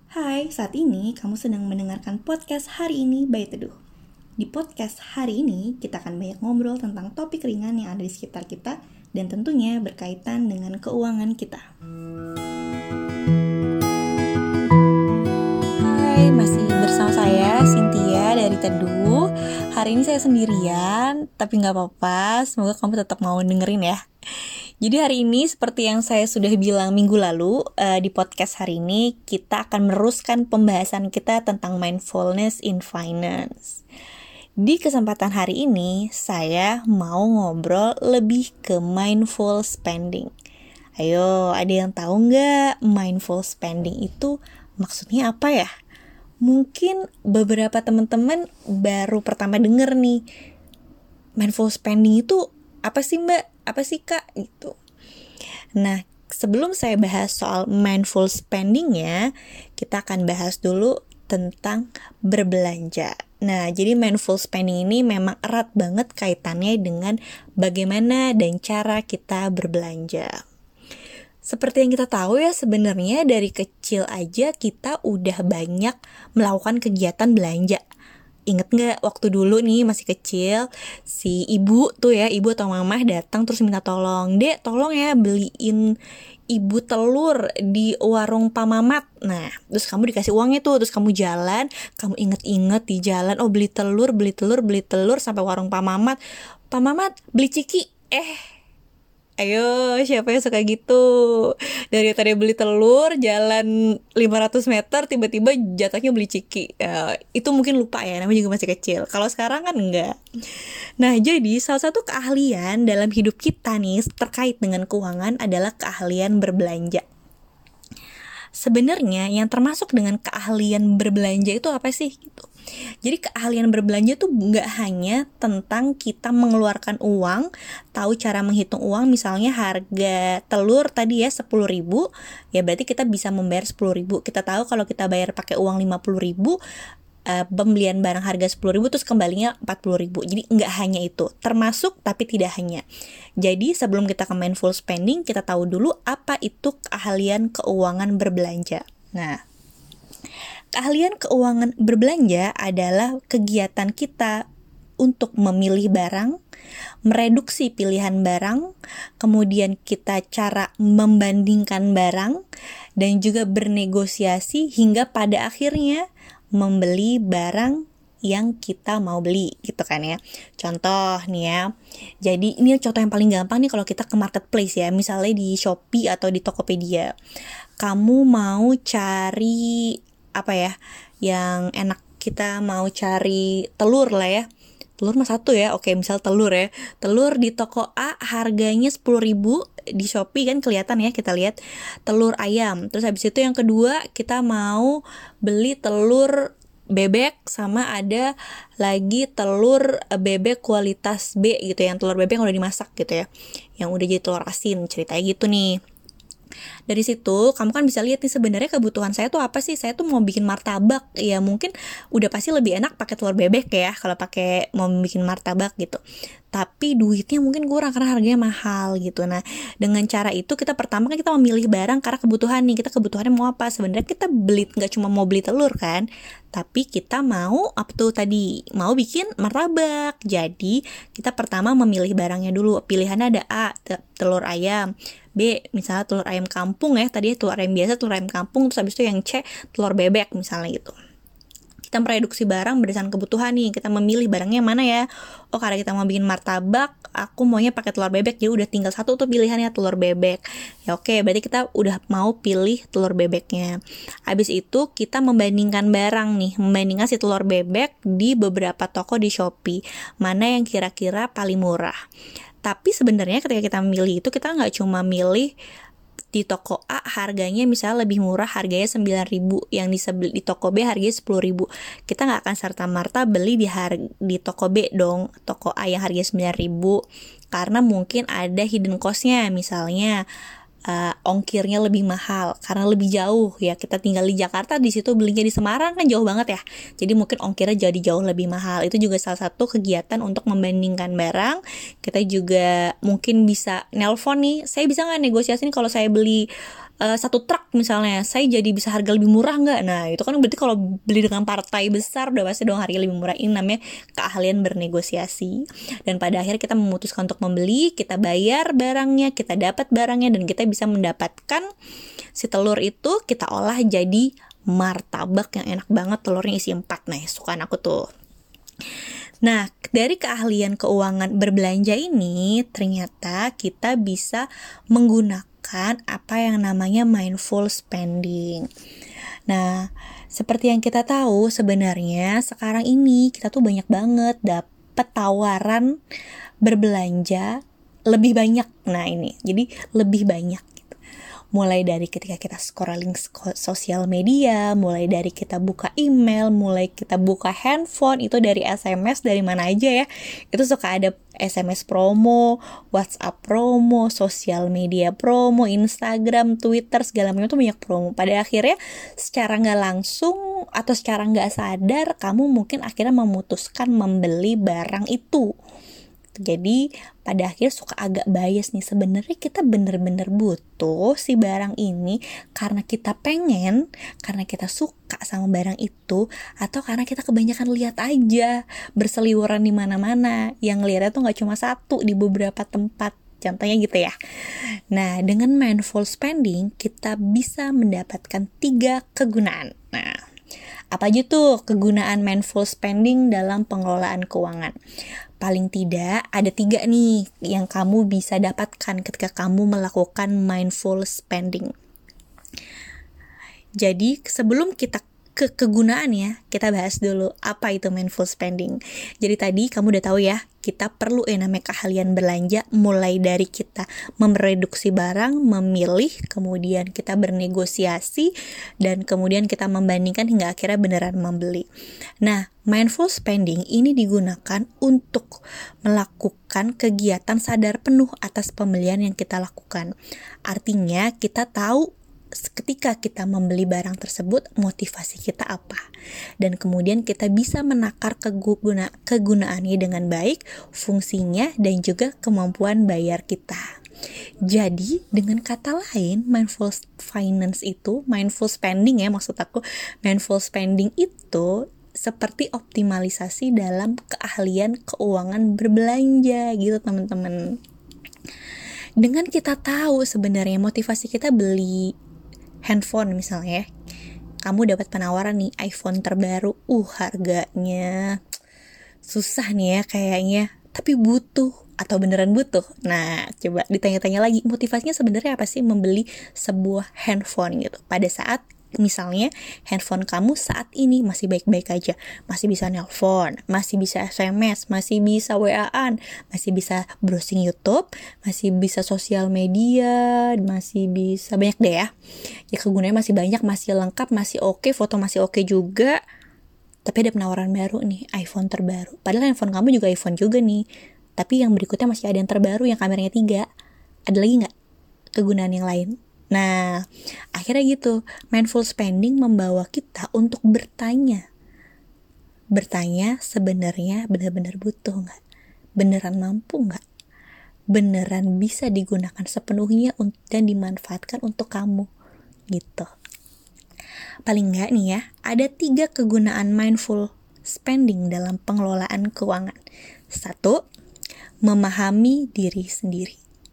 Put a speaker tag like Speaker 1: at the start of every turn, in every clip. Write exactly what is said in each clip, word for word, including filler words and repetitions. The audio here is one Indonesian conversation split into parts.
Speaker 1: Hai, saat ini kamu sedang mendengarkan podcast Hari Ini by Teduh. Di podcast hari ini, kita akan banyak ngobrol tentang topik ringan yang ada di sekitar kita dan tentunya berkaitan dengan keuangan kita. Hai, masih bersama saya, Cynthia dari Teduh. Hari ini saya sendirian, tapi gak apa-apa, semoga kamu tetap mau dengerin ya. Jadi hari ini seperti yang saya sudah bilang minggu lalu, uh, di podcast hari ini kita akan meneruskan pembahasan kita tentang mindfulness in finance. Di kesempatan hari ini saya mau ngobrol lebih ke mindful spending. Ayo, ada yang tahu nggak mindful spending itu maksudnya apa ya? Mungkin beberapa teman-teman baru pertama denger nih, mindful spending itu apa sih mbak? Apa sih kak? Gitu. Nah, sebelum saya bahas soal mindful spending-nya, kita akan bahas dulu tentang berbelanja. Nah, jadi mindful spending ini memang erat banget kaitannya dengan bagaimana dan cara kita berbelanja. Seperti yang kita tahu ya, sebenarnya dari kecil aja kita udah banyak melakukan kegiatan belanja. Ingat gak waktu dulu nih masih kecil, si ibu tuh ya, ibu atau mamah datang terus minta tolong, Dek tolong ya beliin ibu telur di warung Pak Mamat. Nah, terus kamu dikasih uangnya tuh, terus kamu jalan, kamu inget-inget di jalan, oh beli telur, beli telur, beli telur sampai warung Pak Mamat. Pak Mamat beli ciki, eh ayo, siapa yang suka gitu? Dari tadi beli telur, jalan lima ratus meter, tiba-tiba jatuhnya beli ciki. Uh, itu mungkin lupa ya, namanya juga masih kecil. Kalau sekarang kan enggak. Nah, jadi salah satu keahlian dalam hidup kita nih terkait dengan keuangan adalah keahlian berbelanja. Sebenarnya yang termasuk dengan keahlian berbelanja itu apa sih? Gitu. Jadi keahlian berbelanja tuh gak hanya tentang kita mengeluarkan uang, tahu cara menghitung uang, misalnya harga telur tadi ya sepuluh ribu, ya berarti kita bisa membayar sepuluh ribu. Kita tahu kalau kita bayar pakai uang lima puluh ribu, uh, pembelian barang harga sepuluh ribu terus kembalinya empat puluh ribu. Jadi gak hanya itu, termasuk tapi tidak hanya. Jadi sebelum kita ke mindful spending, kita tahu dulu apa itu keahlian keuangan berbelanja. Nah, keahlian keuangan berbelanja adalah kegiatan kita untuk memilih barang, mereduksi pilihan barang, kemudian kita cara membandingkan barang, dan juga bernegosiasi hingga pada akhirnya membeli barang yang kita mau beli gitu kan ya. Contoh nih ya, jadi ini contoh yang paling gampang nih kalau kita ke marketplace ya, misalnya di Shopee atau di Tokopedia. Kamu mau cari apa ya, yang enak, kita mau cari telur lah ya, telur mah satu ya, oke misal telur ya, telur di toko A harganya sepuluh ribu, di Shopee kan kelihatan ya, kita lihat telur ayam. Terus habis itu yang kedua kita mau beli telur bebek, sama ada lagi telur bebek kualitas B gitu, yang telur bebek yang udah dimasak gitu ya, yang udah jadi telur asin, ceritanya gitu nih. Dari situ kamu kan bisa lihat nih sebenarnya kebutuhan saya tuh apa sih. Saya tuh mau bikin martabak, ya mungkin udah pasti lebih enak pakai telur bebek ya kalau pakai mau bikin martabak gitu. Tapi duitnya mungkin kurang karena harganya mahal gitu. Nah, dengan cara itu kita pertama kan kita memilih barang karena kebutuhan nih. Kita kebutuhannya mau apa? Sebenarnya kita beli nggak cuma mau beli telur kan, tapi kita mau apa tuh tadi? Mau bikin martabak. Jadi kita pertama memilih barangnya dulu. Pilihannya ada A, telur ayam, B, misalnya telur ayam kampung ya, tadi telur ayam biasa, telur ayam kampung, terus habis itu yang C, telur bebek misalnya gitu. Kita mereduksi barang berdasarkan kebutuhan nih, kita memilih barangnya mana ya. Oh, karena kita mau bikin martabak, aku maunya pakai telur bebek, jadi udah tinggal satu tuh pilihannya, telur bebek. Ya oke, berarti kita udah mau pilih telur bebeknya. Habis itu kita membandingkan barang nih, membandingkan si telur bebek di beberapa toko di Shopee, mana yang kira-kira paling murah. Tapi sebenarnya ketika kita memilih itu, kita nggak cuma milih di toko A harganya misalnya lebih murah, harganya sembilan ribu, yang di, sebel, di toko B harganya sepuluh ribu. Kita gak akan serta-merta beli di, har- di toko B dong, toko A yang harganya sembilan ribu, karena mungkin ada hidden cost-nya, misalnya uh, ongkirnya lebih mahal karena lebih jauh ya. Kita tinggal di Jakarta, di situ belinya di Semarang kan jauh banget ya, jadi mungkin ongkirnya jadi jauh lebih mahal. Itu juga salah satu kegiatan untuk membandingkan barang. Kita juga mungkin bisa nelpon nih, saya bisa nggak negosiasi nih kalau saya beli uh, satu truk misalnya, saya jadi bisa harga lebih murah nggak? Nah itu kan berarti kalau beli dengan partai besar udah pasti dong harga lebih murah. Ini namanya keahlian bernegosiasi. Dan pada akhirnya kita memutuskan untuk membeli, kita bayar barangnya, kita dapat barangnya, dan kita bisa mendapatkan si telur itu kita olah jadi martabak yang enak banget, telurnya isi empat. Nah sukaan aku tuh. Nah, dari keahlian keuangan berbelanja ini, ternyata kita bisa menggunakan apa yang namanya mindful spending. Nah, seperti yang kita tahu, sebenarnya sekarang ini kita tuh banyak banget dapet tawaran berbelanja lebih banyak. Nah, ini, jadi lebih banyak. Mulai dari ketika kita scrolling sosial media, mulai dari kita buka email, mulai kita buka handphone, itu dari S M S, dari mana aja ya, itu suka ada S M S promo, WhatsApp promo, sosial media promo, Instagram, Twitter, segala macam itu banyak promo. Pada akhirnya secara gak langsung atau secara gak sadar, kamu mungkin akhirnya memutuskan membeli barang itu. Jadi pada akhirnya suka agak bias nih, sebenarnya kita bener-bener butuh si barang ini karena kita pengen, karena kita suka sama barang itu, atau karena kita kebanyakan lihat aja berseliweran di mana-mana, yang lihatnya tuh nggak cuma satu di beberapa tempat. Contohnya gitu ya. Nah, dengan mindful spending kita bisa mendapatkan tiga kegunaan. Nah, apa aja tuh kegunaan mindful spending dalam pengelolaan keuangan? Paling tidak ada tiga nih yang kamu bisa dapatkan ketika kamu melakukan mindful spending. Jadi sebelum kita ke kegunaan ya, kita bahas dulu apa itu mindful spending. Jadi tadi kamu udah tahu ya, kita perlu yang namanya keahlian belanja, mulai dari kita mereduksi barang, memilih, kemudian kita bernegosiasi, dan kemudian kita membandingkan hingga akhirnya beneran membeli. Nah, mindful spending ini digunakan untuk melakukan kegiatan sadar penuh atas pembelian yang kita lakukan. Artinya kita tahu ketika kita membeli barang tersebut motivasi kita apa, dan kemudian kita bisa menakar keguna, kegunaannya dengan baik, fungsinya, dan juga kemampuan bayar kita. Jadi dengan kata lain, mindful finance itu, mindful spending ya maksud aku, mindful spending itu seperti optimalisasi dalam keahlian keuangan berbelanja gitu teman-teman. Dengan kita tahu sebenarnya motivasi kita beli handphone misalnya ya, kamu dapat penawaran nih iPhone terbaru, uh harganya susah nih ya kayaknya, tapi butuh atau beneran butuh. Nah coba ditanya-tanya lagi, motivasinya sebenarnya apa sih membeli sebuah handphone gitu, pada saat misalnya handphone kamu saat ini masih baik-baik aja, masih bisa nelpon, masih bisa S M S, masih bisa W A-an, masih bisa browsing YouTube, masih bisa sosial media, masih bisa banyak deh ya. Ya kegunaannya masih banyak, masih lengkap, masih oke, foto masih oke juga. Tapi ada penawaran baru nih, iPhone terbaru. Padahal handphone kamu juga iPhone juga nih, tapi yang berikutnya masih ada yang terbaru yang kameranya tiga. Ada lagi nggak kegunaan yang lain? Nah, akhirnya gitu, mindful spending membawa kita untuk bertanya. Bertanya sebenarnya benar-benar butuh nggak? Beneran mampu nggak? Beneran bisa digunakan sepenuhnya dan dimanfaatkan untuk kamu? Gitu. Paling nggak nih ya, ada tiga kegunaan mindful spending dalam pengelolaan keuangan. Satu, memahami diri sendiri.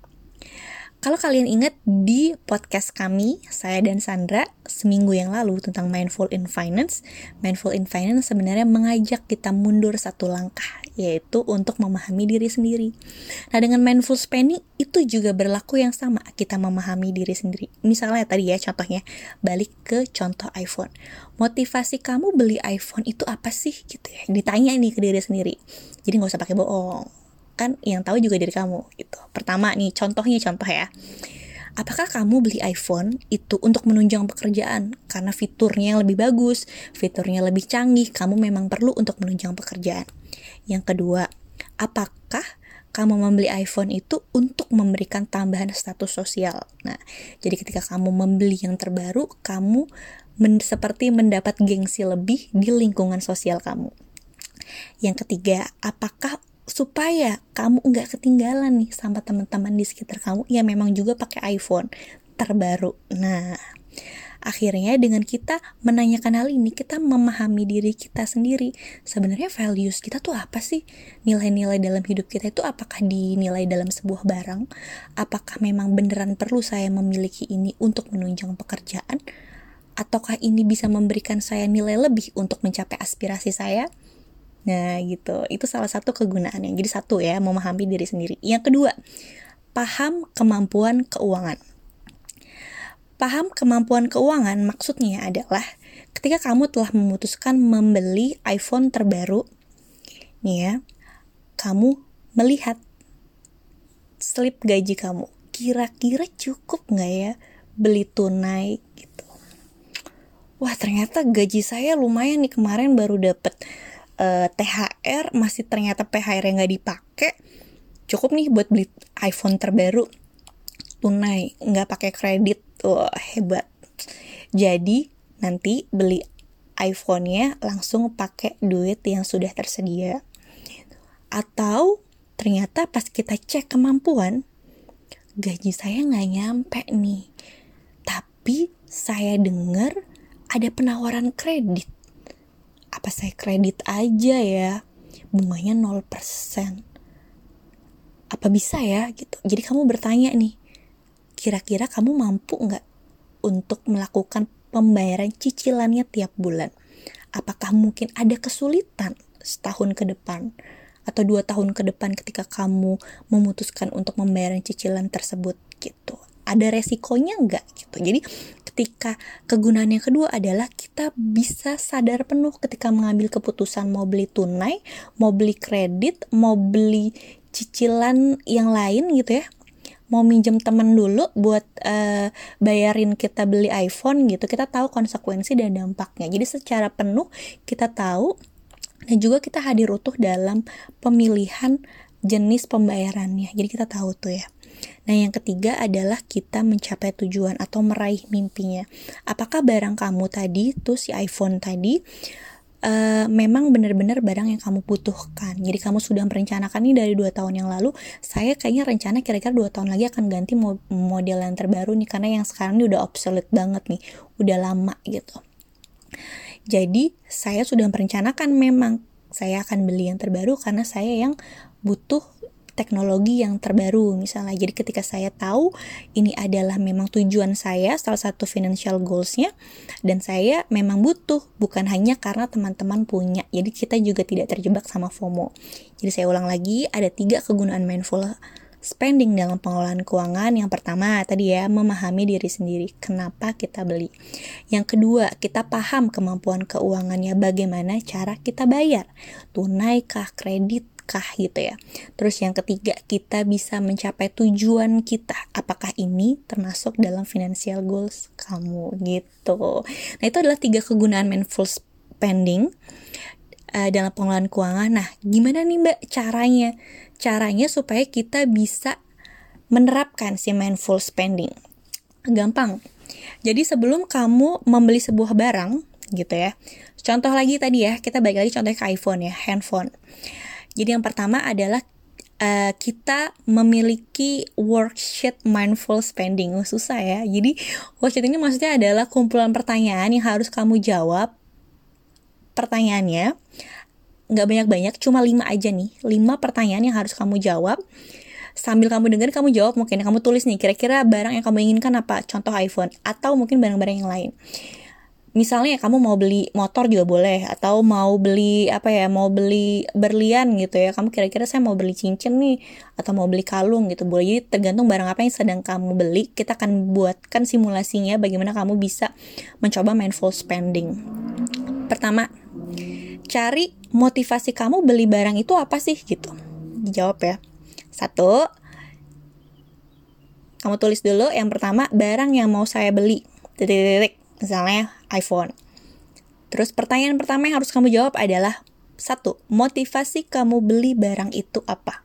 Speaker 1: Kalau kalian ingat di podcast kami, saya dan Sandra, seminggu yang lalu tentang Mindful in Finance, Mindful in Finance sebenarnya mengajak kita mundur satu langkah, yaitu untuk memahami diri sendiri. Nah, dengan Mindful Spending itu juga berlaku yang sama, kita memahami diri sendiri. Misalnya tadi ya contohnya, balik ke contoh iPhone. Motivasi kamu beli iPhone itu apa sih? Gitu ya, ditanya nih ke diri sendiri. Jadi gak usah pakai bohong. Kan yang tahu juga diri kamu gitu. Pertama nih contohnya contoh ya, apakah kamu beli iPhone itu untuk menunjang pekerjaan karena fiturnya yang lebih bagus, fiturnya lebih canggih, kamu memang perlu untuk menunjang pekerjaan? Yang kedua, apakah kamu membeli iPhone itu untuk memberikan tambahan status sosial? Nah, jadi ketika kamu membeli yang terbaru, kamu men- seperti mendapat gengsi lebih di lingkungan sosial kamu. Yang ketiga, apakah supaya kamu nggak ketinggalan nih sama teman-teman di sekitar kamu yang memang juga pakai iPhone, terbaru. Nah, akhirnya dengan kita menanyakan hal ini, kita memahami diri kita sendiri. Sebenarnya values kita tuh apa sih? Nilai-nilai dalam hidup kita itu apakah dinilai dalam sebuah barang? Apakah memang beneran perlu saya memiliki ini untuk menunjang pekerjaan? Ataukah ini bisa memberikan saya nilai lebih untuk mencapai aspirasi saya? Nah gitu, itu salah satu kegunaannya. Jadi satu ya, memahami diri sendiri. Yang kedua, paham kemampuan keuangan. Paham kemampuan keuangan maksudnya adalah ketika kamu telah memutuskan membeli iPhone terbaru, nih ya, kamu melihat slip gaji kamu, kira-kira cukup nggak ya beli tunai gitu. Wah ternyata gaji saya lumayan nih, kemarin baru dapet uh, T H R, masih ternyata P H R-nya nggak dipakai, cukup nih buat beli iPhone terbaru tunai, nggak pakai kredit. Wah hebat. Jadi nanti beli iPhone-nya langsung pakai duit yang sudah tersedia. Atau ternyata pas kita cek kemampuan, gaji saya nggak nyampe nih, tapi saya dengar ada penawaran kredit. Apa saya kredit aja ya, bunganya nol persen. Apa bisa ya gitu. Jadi kamu bertanya nih, kira-kira kamu mampu nggak untuk melakukan pembayaran cicilannya tiap bulan? Apakah mungkin ada kesulitan setahun ke depan atau dua tahun ke depan ketika kamu memutuskan untuk membayar cicilan tersebut gitu? Ada resikonya nggak gitu? Jadi ketika kegunaan yang kedua adalah kita bisa sadar penuh ketika mengambil keputusan mau beli tunai, mau beli kredit, mau beli cicilan yang lain gitu ya. Mau minjem temen dulu buat uh, bayarin kita beli iPhone gitu, kita tahu konsekuensi dan dampaknya. Jadi secara penuh kita tahu, dan juga kita hadir utuh dalam pemilihan jenis pembayarannya. Jadi kita tahu tuh ya. Nah yang ketiga adalah kita mencapai tujuan atau meraih mimpinya. Apakah barang kamu tadi tuh si iPhone tadi Uh, memang benar-benar barang yang kamu butuhkan. Jadi kamu sudah merencanakan ini dari dua tahun yang lalu, saya kayaknya rencana kira-kira dua tahun lagi akan ganti mo- model yang terbaru nih, karena yang sekarang ini udah obsolete banget nih, udah lama gitu. Jadi saya sudah merencanakan memang saya akan beli yang terbaru karena saya yang butuh teknologi yang terbaru misalnya. Jadi ketika saya tahu ini adalah memang tujuan saya, salah satu financial goals-nya, dan saya memang butuh, bukan hanya karena teman-teman punya. Jadi kita juga tidak terjebak sama FOMO. Jadi saya ulang lagi, ada tiga kegunaan mindful spending dalam pengelolaan keuangan. Yang pertama tadi ya, memahami diri sendiri, kenapa kita beli. Yang kedua, kita paham kemampuan keuangannya, bagaimana cara kita bayar, tunai kah, kredit kah gitu ya. Terus yang ketiga, kita bisa mencapai tujuan kita, apakah ini termasuk dalam financial goals kamu gitu. Nah itu adalah tiga kegunaan mindful spending uh, dalam pengelolaan keuangan. Nah gimana nih mbak caranya? Caranya supaya kita bisa menerapkan si mindful spending. Gampang. Jadi sebelum kamu membeli sebuah barang gitu ya, contoh lagi tadi ya, kita balik lagi contohnya ke iPhone ya, handphone. Jadi yang pertama adalah uh, kita memiliki worksheet mindful spending. Oh, susah ya. Jadi worksheet ini maksudnya adalah kumpulan pertanyaan yang harus kamu jawab. Pertanyaannya nggak banyak-banyak, cuma lima aja nih. Lima pertanyaan yang harus kamu jawab. Sambil kamu dengar, kamu jawab, mungkin kamu tulis nih, kira-kira barang yang kamu inginkan apa? Contoh iPhone, atau mungkin barang-barang yang lain. Misalnya kamu mau beli motor juga boleh, atau mau beli apa ya, mau beli berlian gitu ya. Kamu kira-kira saya mau beli cincin nih, atau mau beli kalung gitu boleh. Jadi tergantung barang apa yang sedang kamu beli, kita akan buatkan simulasinya bagaimana kamu bisa mencoba mindful spending. Pertama, cari motivasi kamu beli barang itu apa sih gitu. Dijawab ya. Satu, kamu tulis dulu yang pertama, barang yang mau saya beli. Titik-titik. Misalnya iPhone. Terus pertanyaan pertama yang harus kamu jawab adalah, satu, motivasi kamu beli barang itu apa?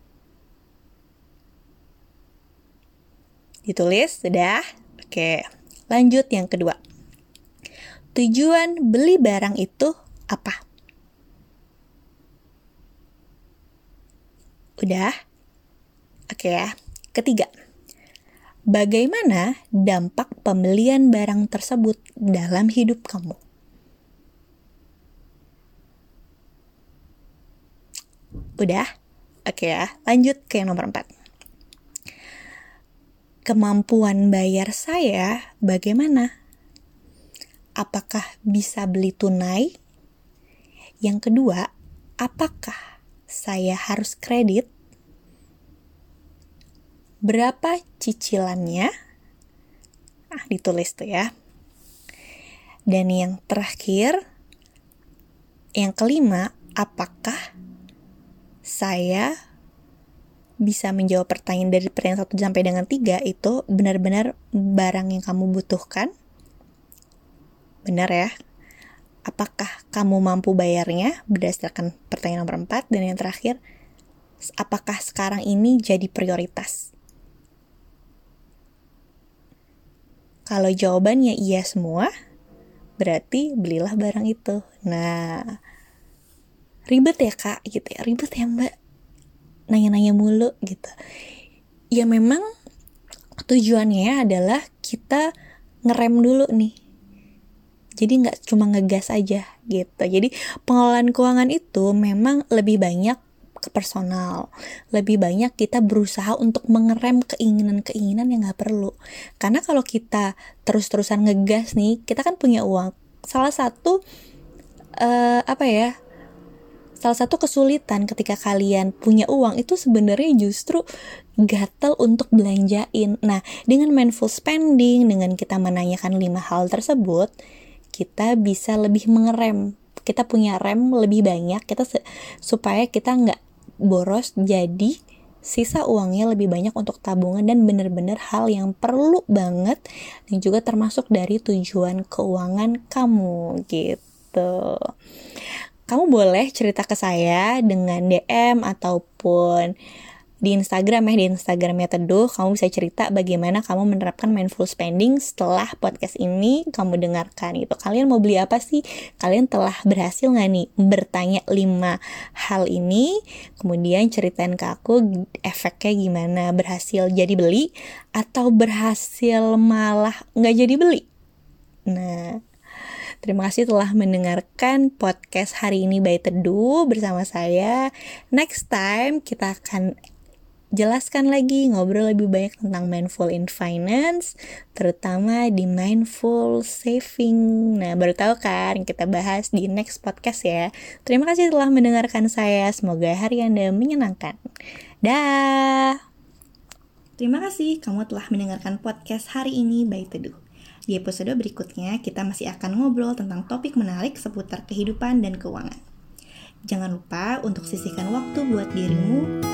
Speaker 1: Ditulis, sudah? Oke, lanjut yang kedua. Tujuan beli barang itu apa? Udah? Oke ya. Ketiga, bagaimana dampak pembelian barang tersebut dalam hidup kamu? Udah? Oke ya, lanjut ke yang nomor empat. Kemampuan bayar saya bagaimana? Apakah bisa beli tunai? Yang kedua, apakah saya harus kredit? Berapa cicilannya? Ah, ditulis tuh ya. Dan yang terakhir, yang kelima, apakah saya bisa menjawab pertanyaan dari pertanyaan satu sampai dengan tiga itu benar-benar barang yang kamu butuhkan? Benar ya? Apakah kamu mampu bayarnya berdasarkan pertanyaan nomor empat? Dan yang terakhir, apakah sekarang ini jadi prioritas? Kalau jawabannya iya semua, berarti belilah barang itu. Nah, ribet ya kak, gitu ya, ribet ya mbak, nanya-nanya mulu gitu. Ya memang tujuannya adalah kita ngerem dulu nih. Jadi gak cuma ngegas aja gitu. Jadi pengelolaan keuangan itu memang lebih banyak ke personal. Lebih banyak kita berusaha untuk mengerem keinginan-keinginan yang gak perlu. Karena kalau kita terus-terusan ngegas nih, kita kan punya uang. Salah satu uh, apa ya Salah satu kesulitan ketika kalian punya uang itu sebenarnya justru gatel untuk belanjain. Nah, dengan mindful spending, dengan kita menanyakan lima hal tersebut, kita bisa lebih mengerem. Kita punya rem lebih banyak, kita se- supaya kita nggak boros, jadi sisa uangnya lebih banyak untuk tabungan dan benar-benar hal yang perlu banget dan juga termasuk dari tujuan keuangan kamu gitu. Kamu boleh cerita ke saya dengan D M ataupun di Instagram ya, di Instagramnya Teduh. Kamu bisa cerita bagaimana kamu menerapkan mindful spending setelah podcast ini kamu dengarkan gitu. Kalian mau beli apa sih? Kalian telah berhasil gak nih bertanya lima hal ini? Kemudian ceritain ke aku efeknya gimana, berhasil jadi beli atau berhasil malah gak jadi beli? Nah, terima kasih telah mendengarkan podcast hari ini by Teduh bersama saya. Next time kita akan jelaskan lagi, ngobrol lebih banyak tentang mindful in finance, terutama di mindful saving. Nah, baru tahu kan, kita bahas di next podcast ya. Terima kasih telah mendengarkan saya. Semoga hari Anda menyenangkan. Dah. Terima kasih kamu telah mendengarkan podcast hari ini by Teduh. Di episode berikutnya, kita masih akan ngobrol tentang topik menarik seputar kehidupan dan keuangan. Jangan lupa untuk sisihkan waktu buat dirimu